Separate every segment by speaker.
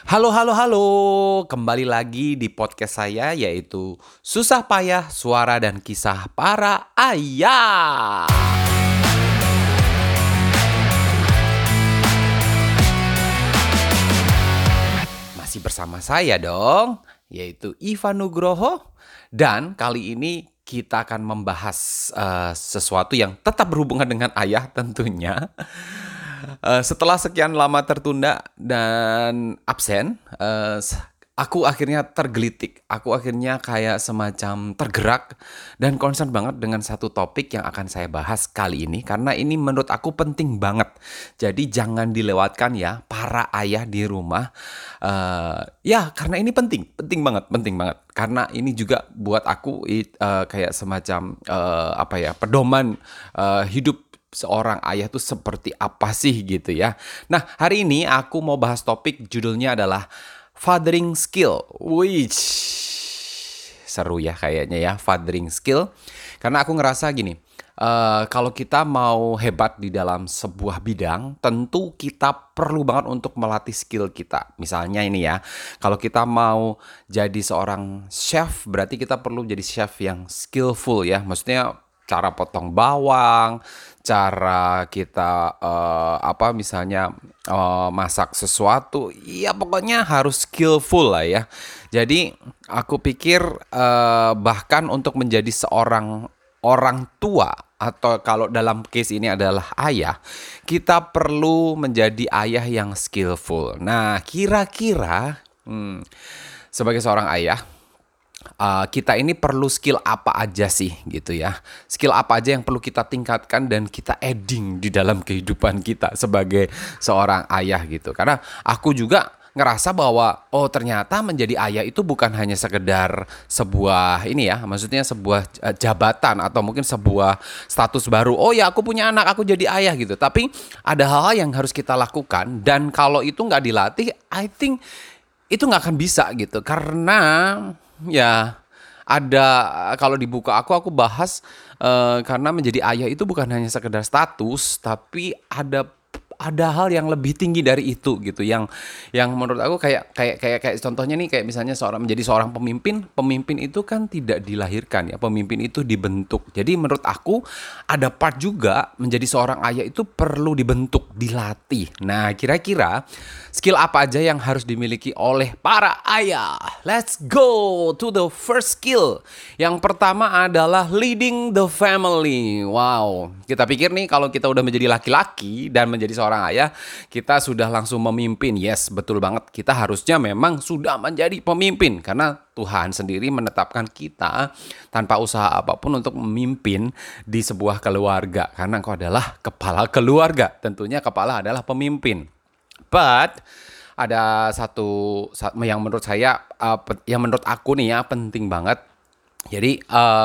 Speaker 1: Halo, halo, halo. Kembali lagi di podcast saya yaitu Susah Payah Suara dan Kisah Para Ayah. Masih bersama saya dong, yaitu Ivan Nugroho. Dan kali ini kita akan membahas sesuatu yang tetap berhubungan dengan ayah tentunya. Setelah sekian lama tertunda dan absen, aku akhirnya tergelitik. Aku akhirnya kayak semacam tergerak dan concern banget dengan satu topik yang akan saya bahas kali ini. Karena ini menurut aku penting banget. Jadi jangan dilewatkan ya para ayah di rumah. Ya karena ini penting banget. Karena ini juga buat aku kayak semacam pedoman hidup seorang ayah tuh seperti apa sih gitu ya. Nah, hari ini aku mau bahas topik judulnya adalah fathering skill. Wih, seru ya kayaknya ya fathering skill. Karena aku ngerasa gini, kalau kita mau hebat di dalam sebuah bidang, tentu kita perlu banget untuk melatih skill kita. Misalnya ini ya, kalau kita mau jadi seorang chef, berarti kita perlu jadi chef yang skillful ya. Maksudnya cara potong bawang, cara kita masak sesuatu, ya pokoknya harus skillful lah ya. Jadi aku pikir bahkan untuk menjadi seorang orang tua atau kalau dalam case ini adalah ayah, kita perlu menjadi ayah yang skillful. Nah, kira-kira sebagai seorang ayah, kita ini perlu skill apa aja sih gitu ya. Skill apa aja yang perlu kita tingkatkan dan kita adding di dalam kehidupan kita sebagai seorang ayah gitu. Karena aku juga ngerasa bahwa ternyata menjadi ayah itu bukan hanya sekedar sebuah ini ya, maksudnya sebuah jabatan atau mungkin sebuah status baru. Oh ya, aku punya anak, aku jadi ayah gitu. Tapi ada hal-hal yang harus kita lakukan dan kalau itu nggak dilatih, I think itu nggak akan bisa gitu. Karena ya ada, kalau di buku aku bahas karena menjadi ayah itu bukan hanya sekedar status, tapi ada hal yang lebih tinggi dari itu gitu, yang menurut aku kayak contohnya nih, kayak misalnya menjadi seorang pemimpin itu kan tidak dilahirkan ya, pemimpin itu dibentuk. Jadi menurut aku ada part juga menjadi seorang ayah itu perlu dibentuk, dilatih. Nah, kira-kira skill apa aja yang harus dimiliki oleh para ayah? Let's go to the first skill. Yang pertama adalah leading the family. Wow, kita pikir nih kalau kita udah menjadi laki-laki dan menjadi seorang ayah, kita sudah langsung memimpin. Yes, betul banget. Kita harusnya memang sudah menjadi pemimpin karena Tuhan sendiri menetapkan kita tanpa usaha apapun untuk memimpin di sebuah keluarga. Karena engkau adalah kepala keluarga. Tentunya kepala adalah pemimpin. But ada satu yang menurut saya, yang menurut aku nih ya penting banget. Jadi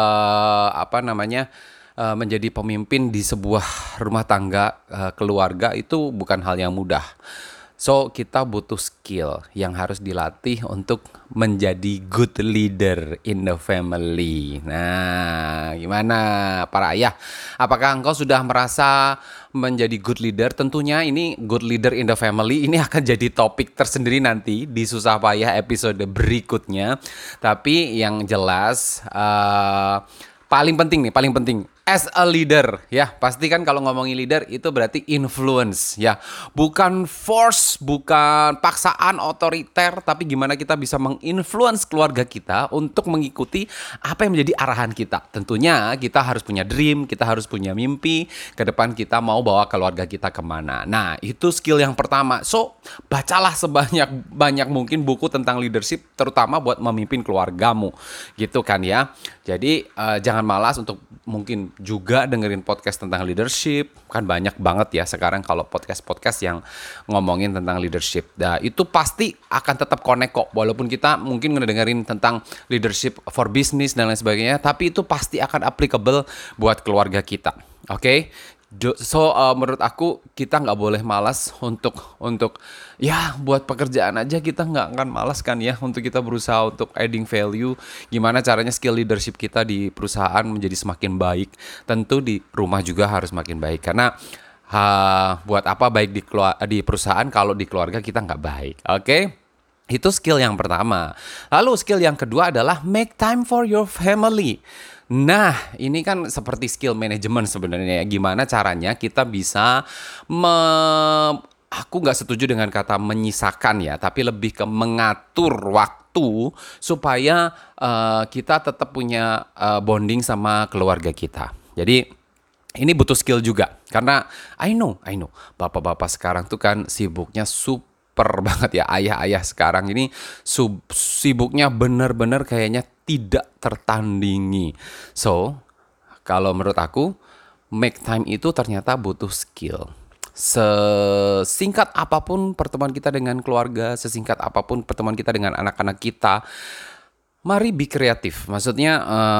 Speaker 1: menjadi pemimpin di sebuah rumah tangga, keluarga itu bukan hal yang mudah. So, kita butuh skill yang harus dilatih untuk menjadi good leader in the family. Nah, gimana para ayah? Apakah engkau sudah merasa menjadi good leader? Tentunya ini good leader in the family ini akan jadi topik tersendiri nanti di Susah Payah episode berikutnya. Tapi yang jelas paling penting as a leader ya, pasti kan kalau ngomongin leader itu berarti influence ya, bukan force, bukan paksaan otoriter, tapi gimana kita bisa menginfluence keluarga kita untuk mengikuti apa yang menjadi arahan kita. Tentunya kita harus punya dream, kita harus punya mimpi ke depan, kita mau bawa keluarga kita kemana. Nah, itu skill yang pertama. So, bacalah sebanyak mungkin buku tentang leadership, terutama buat memimpin keluargamu gitu kan ya. Jadi jangan malas untuk mungkin juga dengerin podcast tentang leadership. Kan banyak banget ya sekarang kalau podcast-podcast yang ngomongin tentang leadership. Nah, itu pasti akan tetap connect kok. Walaupun kita mungkin ngedengerin tentang leadership for business dan lain sebagainya, tapi itu pasti akan applicable buat keluarga kita. Oke? So, menurut aku kita nggak boleh malas untuk ya buat pekerjaan aja kita nggak akan malas kan ya, untuk kita berusaha untuk adding value. Gimana caranya skill leadership kita di perusahaan menjadi semakin baik. Tentu di rumah juga harus makin baik, karena buat apa baik di perusahaan kalau di keluarga kita nggak baik. Oke? Itu skill yang pertama. Lalu skill yang kedua adalah make time for your family. Nah, ini kan seperti skill manajemen sebenarnya ya. Gimana caranya kita bisa aku nggak setuju dengan kata menyisakan ya, tapi lebih ke mengatur waktu supaya kita tetap punya bonding sama keluarga kita. Jadi ini butuh skill juga karena I know, bapak-bapak sekarang tuh kan sibuknya super banget ya, ayah-ayah sekarang ini sibuknya bener-bener kayaknya tidak tertandingi. So, kalau menurut aku make time itu ternyata butuh skill. Sesingkat apapun pertemuan kita dengan keluarga, sesingkat apapun pertemuan kita dengan anak-anak kita, mari be kreatif. Maksudnya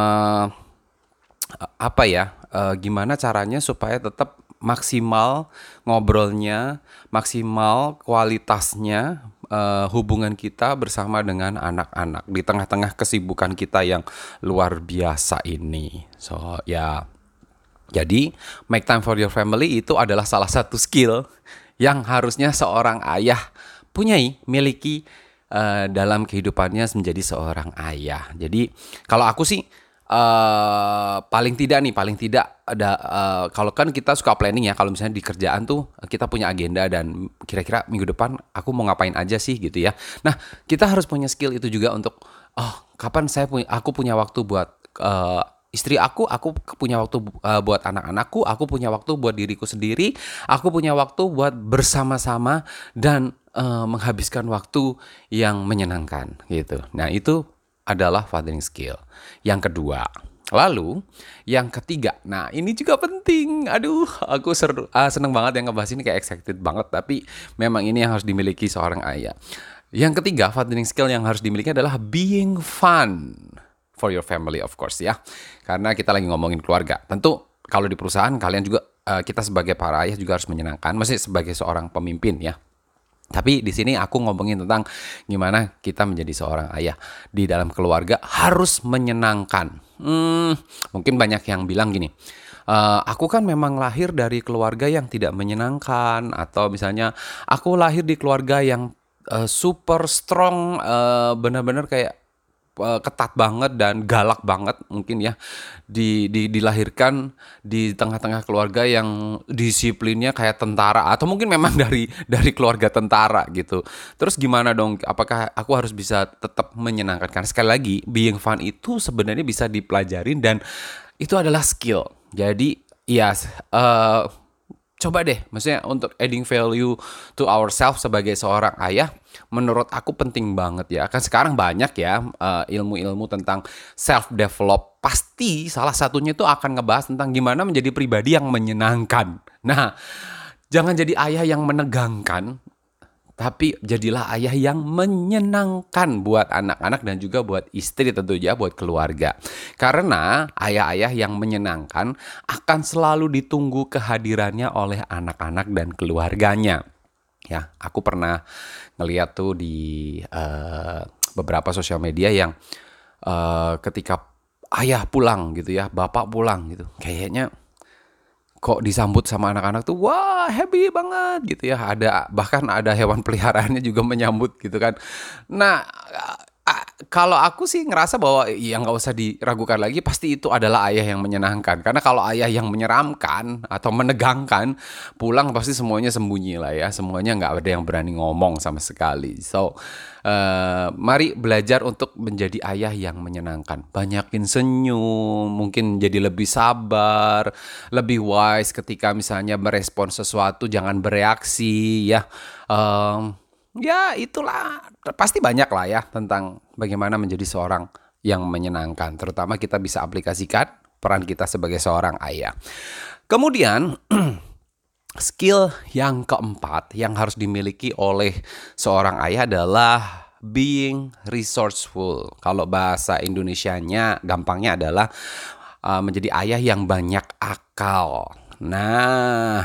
Speaker 1: apa ya, gimana caranya supaya tetap maksimal ngobrolnya, maksimal kualitasnya, hubungan kita bersama dengan anak-anak di tengah-tengah kesibukan kita yang luar biasa ini. So ya, jadi make time for your family itu adalah salah satu skill yang harusnya seorang ayah miliki dalam kehidupannya menjadi seorang ayah. Jadi kalau aku sih paling tidak ada kalau kan kita suka planning ya, kalau misalnya di kerjaan tuh kita punya agenda dan kira-kira minggu depan aku mau ngapain aja sih gitu ya. Nah, kita harus punya skill itu juga untuk kapan aku punya waktu buat istri aku punya waktu buat anak-anakku, aku punya waktu buat diriku sendiri, aku punya waktu buat bersama-sama dan menghabiskan waktu yang menyenangkan gitu. Nah, itu adalah fathering skill. Yang kedua. Lalu, yang ketiga. Nah, ini juga penting. Aduh, aku seneng banget yang ngebahas ini, kayak excited banget. Tapi memang ini yang harus dimiliki seorang ayah. Yang ketiga, fathering skill yang harus dimiliki adalah being fun for your family, of course ya. Karena kita lagi ngomongin keluarga. Tentu kalau di perusahaan kalian juga, kita sebagai para ayah juga harus menyenangkan. Maksudnya sebagai seorang pemimpin ya. Tapi di sini aku ngomongin tentang gimana kita menjadi seorang ayah di dalam keluarga harus menyenangkan. Mungkin banyak yang bilang gini, aku kan memang lahir dari keluarga yang tidak menyenangkan, atau misalnya aku lahir di keluarga yang super strong, benar-benar kayak ketat banget dan galak banget mungkin ya, dilahirkan di tengah-tengah keluarga yang disiplinnya kayak tentara, atau mungkin memang dari keluarga tentara gitu. Terus gimana dong? Apakah aku harus bisa tetap menyenangkan? Karena sekali lagi being fun itu sebenarnya bisa dipelajarin dan itu adalah skill. Jadi ya, coba deh, maksudnya untuk adding value to ourselves sebagai seorang ayah, menurut aku penting banget ya. Kan sekarang banyak ya ilmu-ilmu tentang self-develop. Pasti salah satunya itu akan ngebahas tentang gimana menjadi pribadi yang menyenangkan. Nah, jangan jadi ayah yang menegangkan, tapi jadilah ayah yang menyenangkan buat anak-anak dan juga buat istri, tentunya buat keluarga. Karena ayah-ayah yang menyenangkan akan selalu ditunggu kehadirannya oleh anak-anak dan keluarganya. Ya, aku pernah ngeliat tuh di beberapa sosial media yang ketika ayah pulang gitu ya, bapak pulang gitu, kayaknya kok disambut sama anak-anak tuh wah happy banget gitu ya. Bahkan ada hewan peliharaannya juga menyambut gitu kan. Nah, kalau aku sih ngerasa bahwa ya nggak usah diragukan lagi, pasti itu adalah ayah yang menyenangkan. Karena kalau ayah yang menyeramkan atau menegangkan, pulang pasti semuanya sembunyi lah ya. Semuanya nggak ada yang berani ngomong sama sekali. So, mari belajar untuk menjadi ayah yang menyenangkan. Banyakin senyum, mungkin jadi lebih sabar, lebih wise ketika misalnya merespon sesuatu, jangan bereaksi ya. Ya itulah, pasti banyak lah ya tentang bagaimana menjadi seorang yang menyenangkan. Terutama kita bisa aplikasikan peran kita sebagai seorang ayah. Kemudian skill yang keempat yang harus dimiliki oleh seorang ayah adalah being resourceful. Kalau bahasa Indonesianya gampangnya adalah menjadi ayah yang banyak akal. Nah,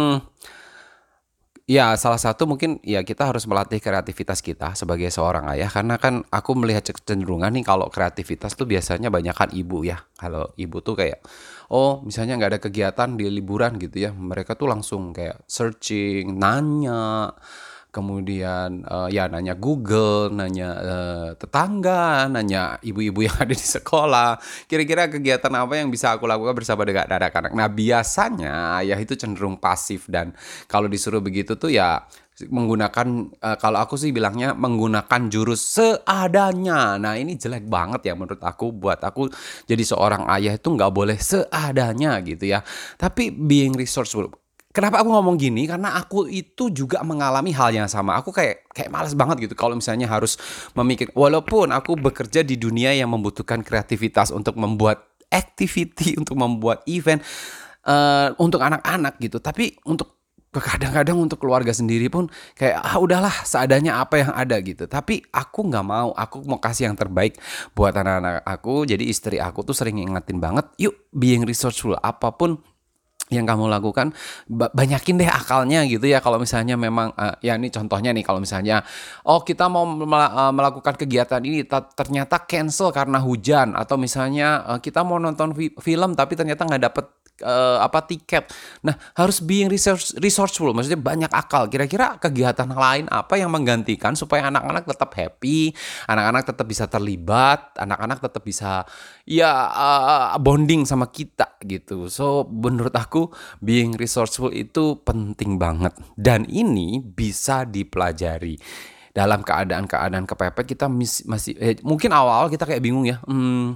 Speaker 1: ya, salah satu mungkin ya kita harus melatih kreativitas kita sebagai seorang ayah, karena kan aku melihat kecenderungan nih kalau kreativitas tuh biasanya banyakan ibu ya. Kalau ibu tuh kayak misalnya nggak ada kegiatan di liburan gitu ya, mereka tuh langsung kayak searching, nanya kemudian ya nanya Google, nanya tetangga, nanya ibu-ibu yang ada di sekolah, kira-kira kegiatan apa yang bisa aku lakukan bersama dengan anak-anak. Nah, biasanya ayah itu cenderung pasif, dan kalau disuruh begitu tuh ya menggunakan kalau aku sih bilangnya menggunakan jurus seadanya. Nah, ini jelek banget ya menurut aku. Buat aku jadi seorang ayah itu nggak boleh seadanya gitu ya. Tapi being resourceful. Kenapa aku ngomong gini? Karena aku itu juga mengalami hal yang sama. Aku kayak kayak malas banget gitu kalau misalnya harus memikir. Walaupun aku bekerja di dunia yang membutuhkan kreativitas untuk membuat activity, untuk membuat event untuk anak-anak gitu. Tapi untuk kadang-kadang untuk keluarga sendiri pun kayak udahlah seadanya apa yang ada gitu. Tapi aku nggak mau, aku mau kasih yang terbaik buat anak-anak aku. Jadi istri aku tuh sering ngingetin banget, yuk being resourceful, apapun yang kamu lakukan banyakin deh akalnya gitu ya. Kalau misalnya memang ya ini contohnya nih, kalau misalnya kita mau melakukan kegiatan ini ternyata cancel karena hujan, atau misalnya kita mau nonton film tapi ternyata nggak dapet tiket. Nah, harus being resourceful, maksudnya banyak akal. Kira-kira kegiatan lain apa yang menggantikan supaya anak-anak tetap happy, anak-anak tetap bisa terlibat, anak-anak tetap bisa ya bonding sama kita gitu. So, menurut aku being resourceful itu penting banget, dan ini bisa dipelajari. Dalam keadaan-keadaan kepepet kita masih mungkin awal-awal kita kayak bingung ya,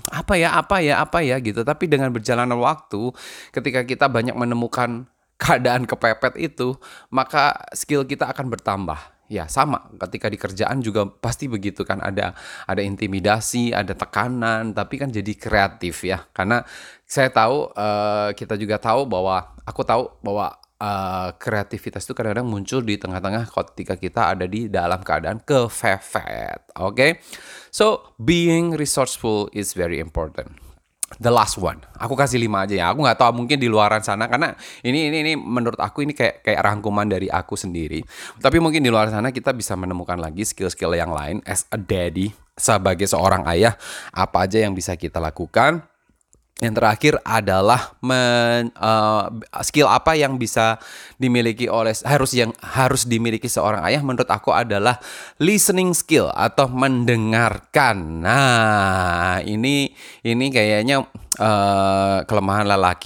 Speaker 1: apa ya gitu. Tapi dengan berjalannya waktu, ketika kita banyak menemukan keadaan kepepet itu, maka skill kita akan bertambah. Ya sama, ketika di kerjaan juga pasti begitu kan, ada intimidasi, ada tekanan, tapi kan jadi kreatif ya. Karena saya tahu, kita juga tahu bahwa aku tahu bahwa kreativitas itu kadang-kadang muncul di tengah-tengah ketika kita ada di dalam keadaan kepepet. Oke? So, being resourceful is very important. The last one, aku kasih 5 aja ya. Aku nggak tahu mungkin di luaran sana, karena ini menurut aku ini kayak rangkuman dari aku sendiri. Tapi mungkin di luar sana kita bisa menemukan lagi skill-skill yang lain as a daddy, sebagai seorang ayah, apa aja yang bisa kita lakukan. Yang terakhir adalah skill apa yang bisa dimiliki harus dimiliki seorang ayah, menurut aku adalah listening skill atau mendengarkan. Nah, ini kayaknya kelemahan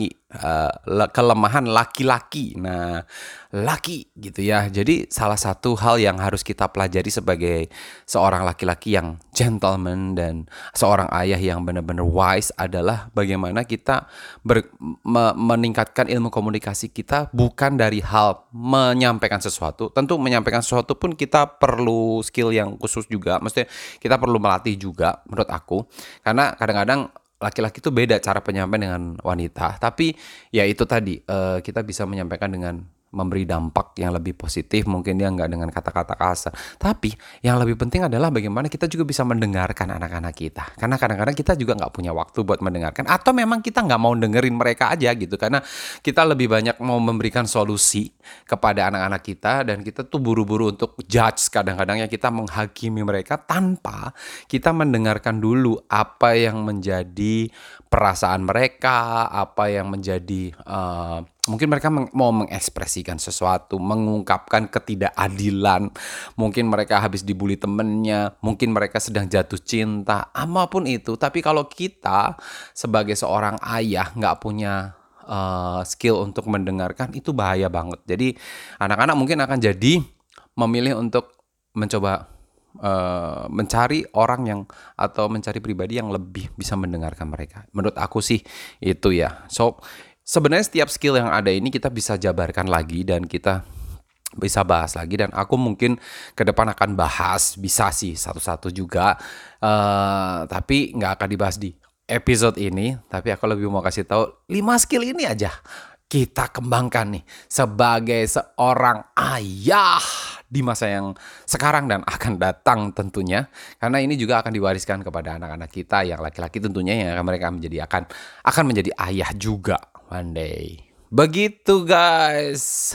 Speaker 1: kelemahan laki-laki. Nah, laki gitu ya. Jadi salah satu hal yang harus kita pelajari sebagai seorang laki-laki yang gentleman dan seorang ayah yang benar-benar wise adalah bagaimana kita meningkatkan ilmu komunikasi kita, bukan dari hal menyampaikan sesuatu. Tentu menyampaikan sesuatu pun kita perlu skill yang khusus juga. Maksudnya kita perlu melatih juga menurut aku. Karena kadang-kadang laki-laki itu beda cara penyampaian dengan wanita. Tapi ya itu tadi, kita bisa menyampaikan dengan memberi dampak yang lebih positif, mungkin dia nggak dengan kata-kata kasar. Tapi yang lebih penting adalah bagaimana kita juga bisa mendengarkan anak-anak kita. Karena kadang-kadang kita juga nggak punya waktu buat mendengarkan, atau memang kita nggak mau dengerin mereka aja gitu. Karena kita lebih banyak mau memberikan solusi kepada anak-anak kita, dan kita tuh buru-buru untuk judge. Kadang-kadangnya kita menghakimi mereka tanpa kita mendengarkan dulu apa yang menjadi perasaan mereka, apa yang menjadi mungkin mereka mau mengekspresikan sesuatu, mengungkapkan ketidakadilan. Mungkin mereka habis dibully temennya, mungkin mereka sedang jatuh cinta, apapun itu. Tapi kalau kita sebagai seorang ayah nggak punya skill untuk mendengarkan, itu bahaya banget. Jadi anak-anak mungkin akan jadi memilih untuk mencoba mencari orang yang, atau mencari pribadi yang lebih bisa mendengarkan mereka. Menurut aku sih itu ya. So, sebenarnya setiap skill yang ada ini kita bisa jabarkan lagi dan kita bisa bahas lagi, dan aku mungkin ke depan akan bahas, bisa sih satu-satu juga, tapi nggak akan dibahas di episode ini. Tapi aku lebih mau kasih tahu 5 skill ini aja kita kembangkan nih sebagai seorang ayah di masa yang sekarang dan akan datang tentunya, karena ini juga akan diwariskan kepada anak-anak kita yang laki-laki tentunya, yang mereka akan menjadi ayah juga one day. Begitu guys.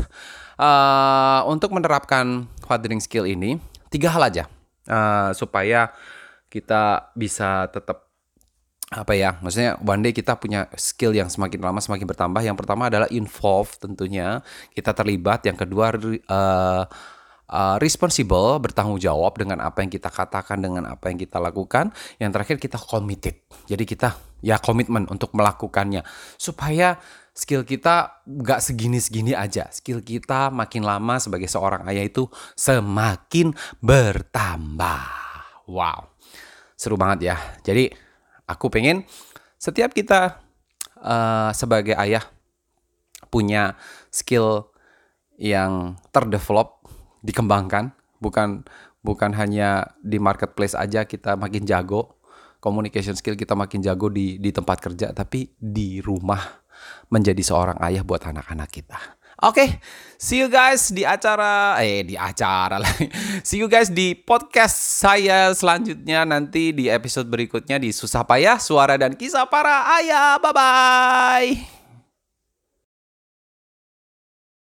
Speaker 1: Untuk menerapkan fathering skill ini 3 hal aja supaya kita bisa tetap maksudnya one day kita punya skill yang semakin lama semakin bertambah. Yang pertama adalah involve, tentunya kita terlibat. Yang kedua responsible, bertanggung jawab dengan apa yang kita katakan, dengan apa yang kita lakukan. Yang terakhir kita committed. Jadi kita ya komitmen untuk melakukannya supaya skill kita gak segini-segini aja. Skill kita makin lama sebagai seorang ayah itu semakin bertambah. Wow, seru banget ya. Jadi aku pengen setiap kita sebagai ayah punya skill yang terdevelop, dikembangkan, bukan hanya di marketplace aja kita makin jago, communication skill kita makin jago di tempat kerja, tapi di rumah menjadi seorang ayah buat anak-anak kita. Oke, see you guys di acara lagi. See you guys di podcast saya selanjutnya nanti di episode berikutnya di Susah Payah, Suara dan Kisah Para Ayah. Bye-bye.